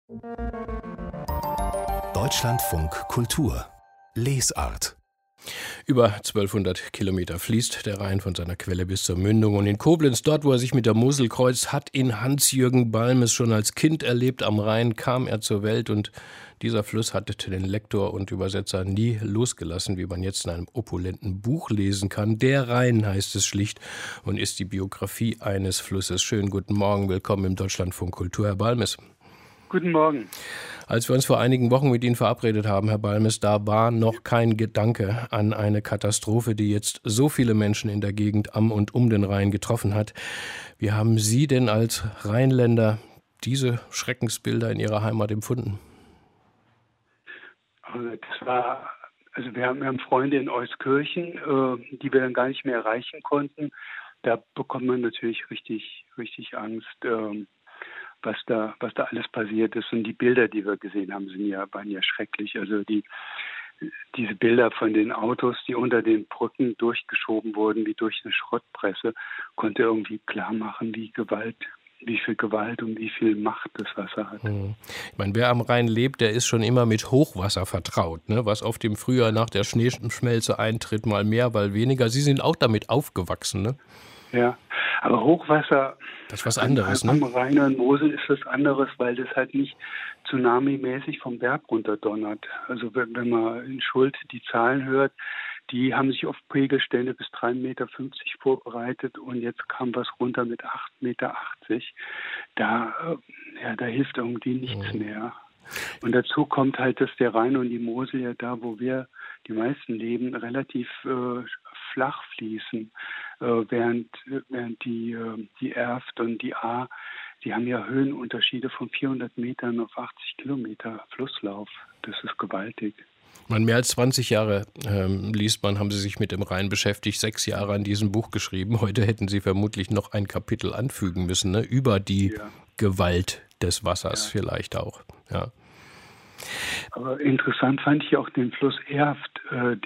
Deutschlandfunk Kultur Lesart. Über 1200 Kilometer fließt der Rhein von seiner Quelle bis zur Mündung. Und in Koblenz, dort wo er sich mit der Mosel kreuzt, hat ihn Hans-Jürgen Balmes schon als Kind erlebt. Am Rhein kam er zur Welt und dieser Fluss hat den Lektor und Übersetzer nie losgelassen, wie man jetzt in einem opulenten Buch lesen kann. Der Rhein heißt es schlicht und ist die Biografie eines Flusses. Schönen guten Morgen, willkommen im Deutschlandfunk Kultur, Herr Balmes. Guten Morgen. Als wir uns vor einigen Wochen mit Ihnen verabredet haben, Herr Balmes, da war noch kein Gedanke an eine Katastrophe, die jetzt so viele Menschen in der Gegend am und um den Rhein getroffen hat. Wie haben Sie denn als Rheinländer diese Schreckensbilder in Ihrer Heimat empfunden? Wir haben Freunde in Euskirchen, die wir dann gar nicht mehr erreichen konnten. Da bekommt man natürlich richtig Angst. Was da alles passiert ist. Und die Bilder, die wir gesehen haben, waren ja schrecklich. Also diese Bilder von den Autos, die unter den Brücken durchgeschoben wurden, wie durch eine Schrottpresse, konnte irgendwie klar machen, wie viel Gewalt und wie viel Macht das Wasser hat. Ich meine, wer am Rhein lebt, der ist schon immer mit Hochwasser vertraut, ne? Was oft im Frühjahr nach der Schneeschmelze eintritt, mal mehr, mal weniger. Sie sind auch damit aufgewachsen, ne? Ja, aber Hochwasser, das ist was anderes, am Rhein und Mosel ist was anderes, weil das halt nicht tsunami-mäßig vom Berg runterdonnert. Also wenn man in Schuld die Zahlen hört, die haben sich auf Pegelstände bis 3,50 Meter vorbereitet und jetzt kam was runter mit 8,80 Meter. Da hilft irgendwie nichts mehr. Und dazu kommt halt, dass der Rhein und die Mosel ja da, wo wir die meisten leben, relativ flach fließen, während die Erft und die Ahr, die haben ja Höhenunterschiede von 400 Metern auf 80 Kilometer Flusslauf. Das ist gewaltig. Mehr als 20 Jahre liest man, haben Sie sich mit dem Rhein beschäftigt, 6 Jahre an diesem Buch geschrieben. Heute hätten Sie vermutlich noch ein Kapitel anfügen müssen, ne? Über die Gewalt des Wassers vielleicht auch. Ja. Aber interessant fand ich auch den Fluss Erft, an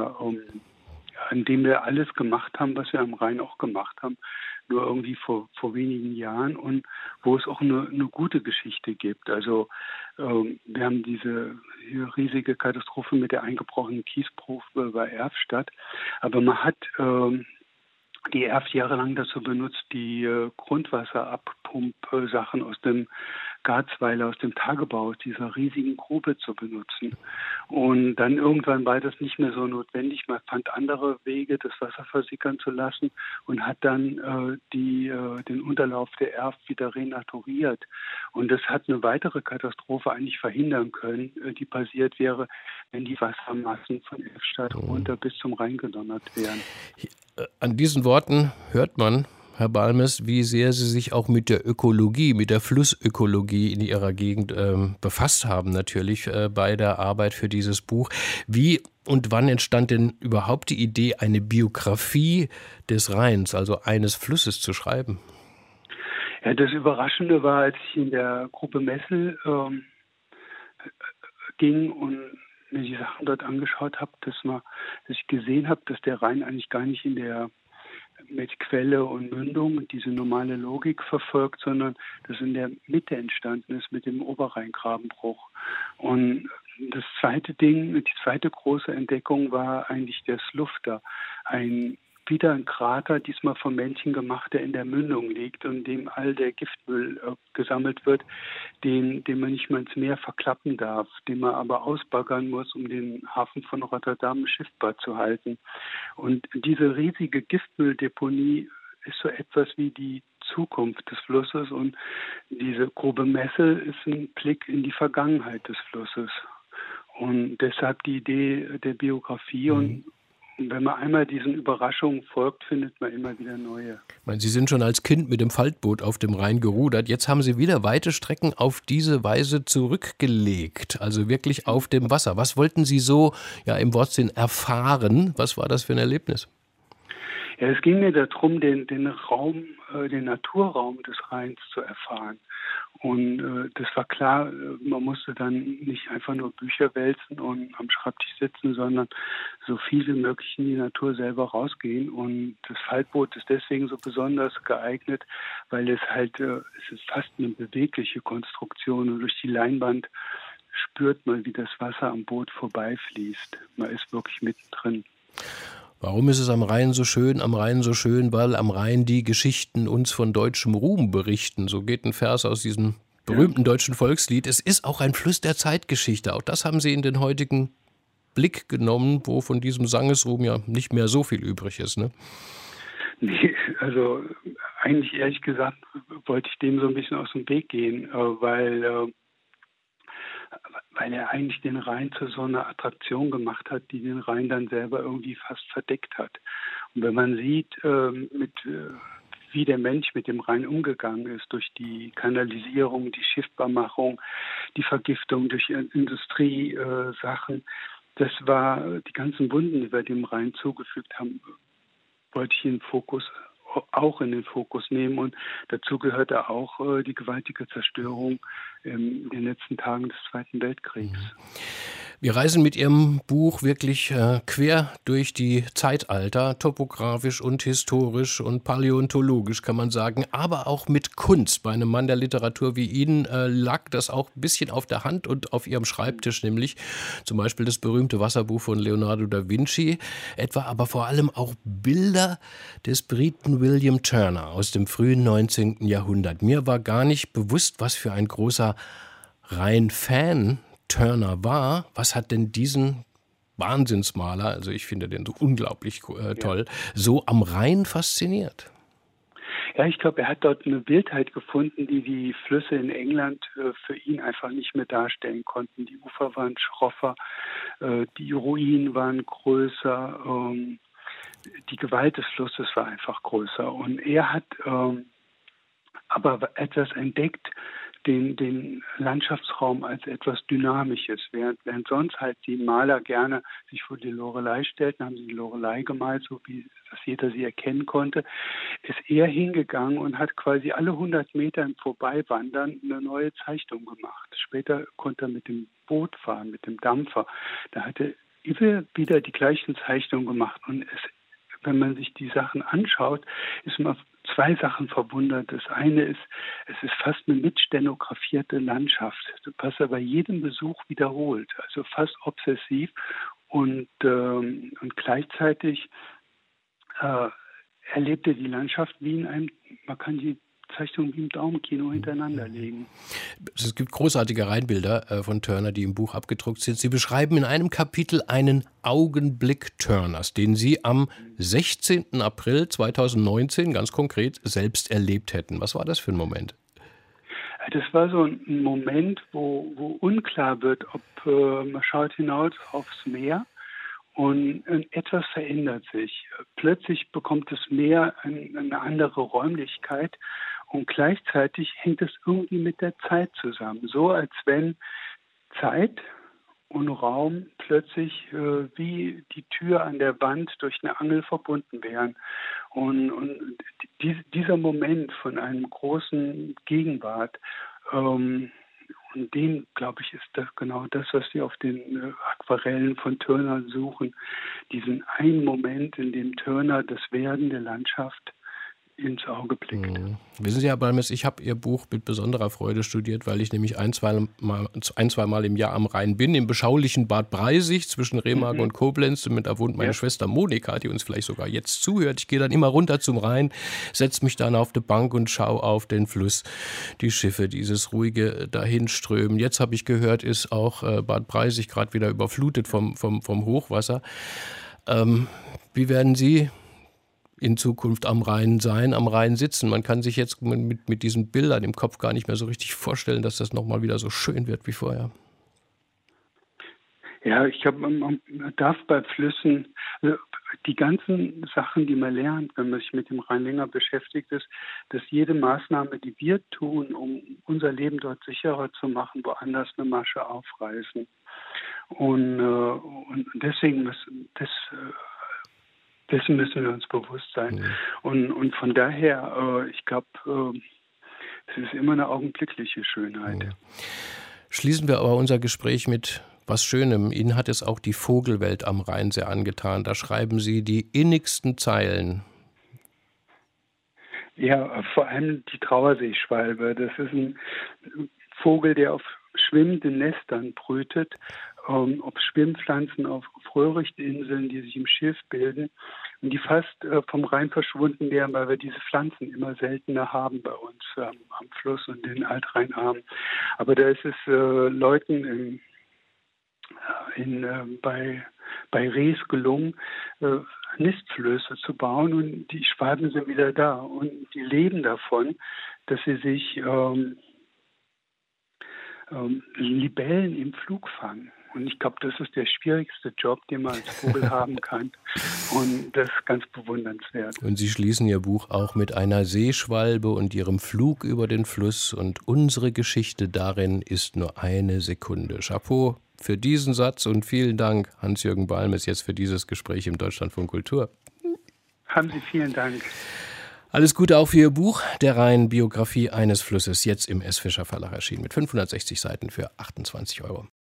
dem wir alles gemacht haben, was wir am Rhein auch gemacht haben, nur irgendwie vor wenigen Jahren und wo es auch eine gute Geschichte gibt. Also wir haben diese riesige Katastrophe mit der eingebrochenen Kiesgrube bei Erftstadt, aber man hat die Erft jahrelang dazu benutzt, die Grundwasserabpumpsachen aus dem Garzweiler, aus dem Tagebau, aus dieser riesigen Grube zu benutzen. Und dann irgendwann war das nicht mehr so notwendig. Man fand andere Wege, das Wasser versickern zu lassen und hat dann den Unterlauf der Erft wieder renaturiert. Und das hat eine weitere Katastrophe eigentlich verhindern können, die passiert wäre, wenn die Wassermassen von Erftstadt runter bis zum Rhein gedonnert wären. An diesen Worten hört man, Herr Balmes, wie sehr Sie sich auch mit der Ökologie, mit der Flussökologie in Ihrer Gegend befasst haben, natürlich bei der Arbeit für dieses Buch. Wie und wann entstand denn überhaupt die Idee, eine Biografie des Rheins, also eines Flusses, zu schreiben? Ja, das Überraschende war, als ich in der Gruppe Messel ging und mir die Sachen dort angeschaut habe, dass ich gesehen habe, dass der Rhein eigentlich gar nicht mit Quelle und Mündung diese normale Logik verfolgt, sondern das in der Mitte entstanden ist mit dem Oberrheingrabenbruch. Und die zweite große Entdeckung war eigentlich der Slufter, wieder ein Krater, diesmal vom Männchen gemacht, der in der Mündung liegt und in dem all der Giftmüll gesammelt wird, den man nicht mal ins Meer verklappen darf, den man aber ausbaggern muss, um den Hafen von Rotterdam schiffbar zu halten. Und diese riesige Giftmülldeponie ist so etwas wie die Zukunft des Flusses und diese Grube Messel ist ein Blick in die Vergangenheit des Flusses. Und deshalb die Idee der Biografie und wenn man einmal diesen Überraschungen folgt, findet man immer wieder neue. Ich meine, Sie sind schon als Kind mit dem Faltboot auf dem Rhein gerudert. Jetzt haben Sie wieder weite Strecken auf diese Weise zurückgelegt, also wirklich auf dem Wasser. Was wollten Sie so, im Wortsinn, erfahren? Was war das für ein Erlebnis? Ja, es ging mir darum, den Raum, den Naturraum des Rheins zu erfahren. Und das war klar, man musste dann nicht einfach nur Bücher wälzen und am Schreibtisch sitzen, sondern so viel wie möglich in die Natur selber rausgehen. Und das Faltboot ist deswegen so besonders geeignet, weil es halt, es ist fast eine bewegliche Konstruktion und durch die Leinwand spürt man, wie das Wasser am Boot vorbeifließt. Man ist wirklich mittendrin. Warum ist es am Rhein so schön? Am Rhein so schön, weil am Rhein die Geschichten uns von deutschem Ruhm berichten. So geht ein Vers aus diesem berühmten deutschen Volkslied. Es ist auch ein Fluss der Zeitgeschichte. Auch das haben Sie in den heutigen Blick genommen, wo von diesem Sangesruhm ja nicht mehr so viel übrig ist, ne? Nee, also eigentlich ehrlich gesagt wollte ich dem so ein bisschen aus dem Weg gehen, weil er eigentlich den Rhein zu so einer Attraktion gemacht hat, die den Rhein dann selber irgendwie fast verdeckt hat. Und wenn man sieht, wie der Mensch mit dem Rhein umgegangen ist, durch die Kanalisierung, die Schiffbarmachung, die Vergiftung durch Industriesachen, das war die ganzen Wunden, die wir dem Rhein zugefügt haben, wollte ich auch in den Fokus nehmen. Und dazu gehörte auch die gewaltige Zerstörung in den letzten Tagen des Zweiten Weltkriegs. Wir reisen mit Ihrem Buch wirklich quer durch die Zeitalter, topografisch und historisch und paläontologisch, kann man sagen, aber auch mit Kunst. Bei einem Mann der Literatur wie Ihnen lag das auch ein bisschen auf der Hand und auf Ihrem Schreibtisch, nämlich zum Beispiel das berühmte Wasserbuch von Leonardo da Vinci, etwa aber vor allem auch Bilder des Briten William Turner aus dem frühen 19. Jahrhundert. Mir war gar nicht bewusst, was für ein großer Rhein-Fan Turner war. Was hat denn diesen Wahnsinnsmaler, also ich finde den so unglaublich toll, so am Rhein fasziniert? Ja, ich glaube, er hat dort eine Wildheit gefunden, die die Flüsse in England für ihn einfach nicht mehr darstellen konnten. Die Ufer waren schroffer, die Ruinen waren größer, die Gewalt des Flusses war einfach größer. Und er hat aber etwas entdeckt, den Landschaftsraum als etwas Dynamisches. Während sonst halt die Maler gerne sich vor die Loreley stellten, haben sie die Loreley gemalt, so wie das jeder sie erkennen konnte, ist er hingegangen und hat quasi alle 100 Meter im Vorbeiwandern eine neue Zeichnung gemacht. Später konnte er mit dem Boot fahren, mit dem Dampfer. Da hat er immer wieder die gleichen Zeichnungen gemacht. Und wenn man sich die Sachen anschaut, ist man zwei Sachen verwundert. Das eine ist, es ist fast eine mitstenografierte Landschaft, was er bei jedem Besuch wiederholt, also fast obsessiv und gleichzeitig erlebt er die Landschaft wie in einem, man kann die Zeichnungen wie im Daumenkino hintereinander legen. Es gibt großartige Rheinbilder von Turner, die im Buch abgedruckt sind. Sie beschreiben in einem Kapitel einen Augenblick Turners, den Sie am 16. April 2019 ganz konkret selbst erlebt hätten. Was war das für ein Moment? Das war so ein Moment, wo unklar wird, ob man schaut hinaus aufs Meer und etwas verändert sich. Plötzlich bekommt das Meer eine andere Räumlichkeit und gleichzeitig hängt es irgendwie mit der Zeit zusammen. So als wenn Zeit und Raum plötzlich wie die Tür an der Wand durch eine Angel verbunden wären. Und dieser Moment von einem großen Gegenwart, und den, glaube ich, ist das genau das, was wir auf den Aquarellen von Turner suchen. Diesen einen Moment, in dem Turner das Werden der Landschaft ins Auge blickt. Wissen Sie, Herr Balmes, ich habe Ihr Buch mit besonderer Freude studiert, weil ich nämlich ein, zwei Mal im Jahr am Rhein bin, im beschaulichen Bad Breisig zwischen Remagen und Koblenz. Und da wohnt meine Schwester Monika, die uns vielleicht sogar jetzt zuhört. Ich gehe dann immer runter zum Rhein, setze mich dann auf die Bank und schaue auf den Fluss, die Schiffe, dieses ruhige Dahinströmen. Jetzt habe ich gehört, ist auch Bad Breisig gerade wieder überflutet vom Hochwasser. Wie werden Sie in Zukunft am Rhein sein, am Rhein sitzen? Man kann sich jetzt mit diesen Bildern im Kopf gar nicht mehr so richtig vorstellen, dass das nochmal wieder so schön wird wie vorher. Ja, ich glaube, man darf bei Flüssen, also die ganzen Sachen, die man lernt, wenn man sich mit dem Rhein länger beschäftigt ist, dass jede Maßnahme, die wir tun, um unser Leben dort sicherer zu machen, woanders eine Masche aufreißen. Und deswegen, das Dessen müssen wir uns bewusst sein. Und von daher, ich glaube, es ist immer eine augenblickliche Schönheit. Schließen wir aber unser Gespräch mit was Schönem. Ihnen hat es auch die Vogelwelt am Rhein sehr angetan. Da schreiben Sie die innigsten Zeilen. Ja, vor allem die Trauerseeschwalbe. Das ist ein Vogel, der auf schwimmenden Nestern brütet, auf Schwimmpflanzen, auf Röhrichtinseln, die sich im Schilf bilden und die fast vom Rhein verschwunden wären, weil wir diese Pflanzen immer seltener haben bei uns am Fluss und den Altrheinarmen. Aber da ist es Leuten bei Rees gelungen, Nistflöße zu bauen und die Schwalben sind wieder da und die leben davon, dass sie sich Libellen im Flug fangen. Und ich glaube, das ist der schwierigste Job, den man als Vogel haben kann. Und das ist ganz bewundernswert. Und Sie schließen Ihr Buch auch mit einer Seeschwalbe und ihrem Flug über den Fluss. Und unsere Geschichte darin ist nur eine Sekunde. Chapeau für diesen Satz und vielen Dank, Hans-Jürgen Balmes, jetzt für dieses Gespräch im Deutschlandfunk Kultur. Haben Sie vielen Dank. Alles Gute auch für Ihr Buch, Der Rhein, Biografie eines Flusses, jetzt im S. Fischer Verlag erschienen, mit 560 Seiten für 28 €.